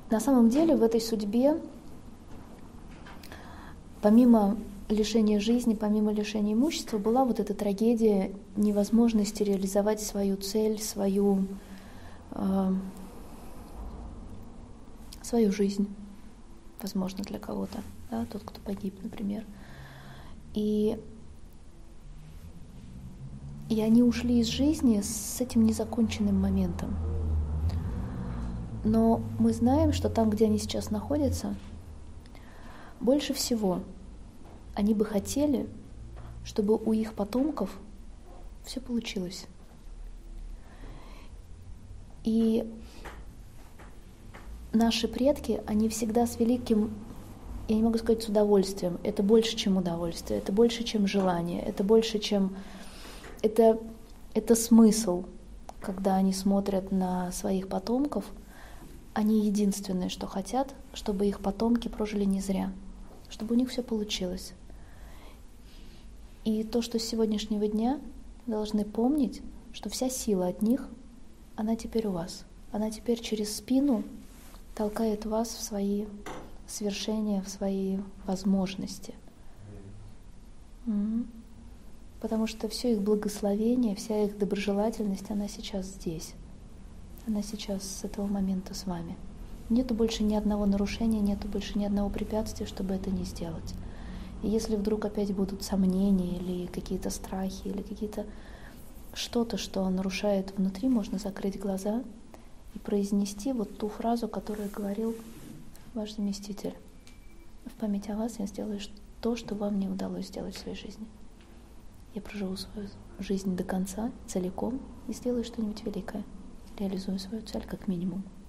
на самом деле в этой судьбе, помимо лишения жизни, помимо лишения имущества, была вот эта трагедия невозможности реализовать свою цель, свою жизнь, возможно, для кого-то, да, тот, кто погиб, например. И они ушли из жизни с этим незаконченным моментом. Но мы знаем, что там, где они сейчас находятся, больше всего они бы хотели, чтобы у их потомков все получилось. И наши предки, они всегда с великим, я не могу сказать с удовольствием, это больше, чем удовольствие, это больше, чем желание, это больше, чем... Это смысл, когда они смотрят на своих потомков, они единственное, что хотят, чтобы их потомки прожили не зря, чтобы у них все получилось. И то, что с сегодняшнего дня должны помнить, что вся сила от них, она теперь у вас. Она теперь через спину толкает вас в свои свершения, в свои возможности. Потому что все их благословение, вся их доброжелательность, она сейчас здесь. Она сейчас с этого момента с вами. Нету больше ни одного нарушения, нету больше ни одного препятствия, чтобы это не сделать. И если вдруг опять будут сомнения или какие-то страхи, или какие-то что-то, что нарушает внутри, можно закрыть глаза и произнести вот ту фразу, которую говорил ваш заместитель. В память о вас я сделаю то, что вам не удалось сделать в своей жизни. Я проживу свою жизнь до конца, целиком, и сделаю что-нибудь великое. Реализую свою цель как минимум.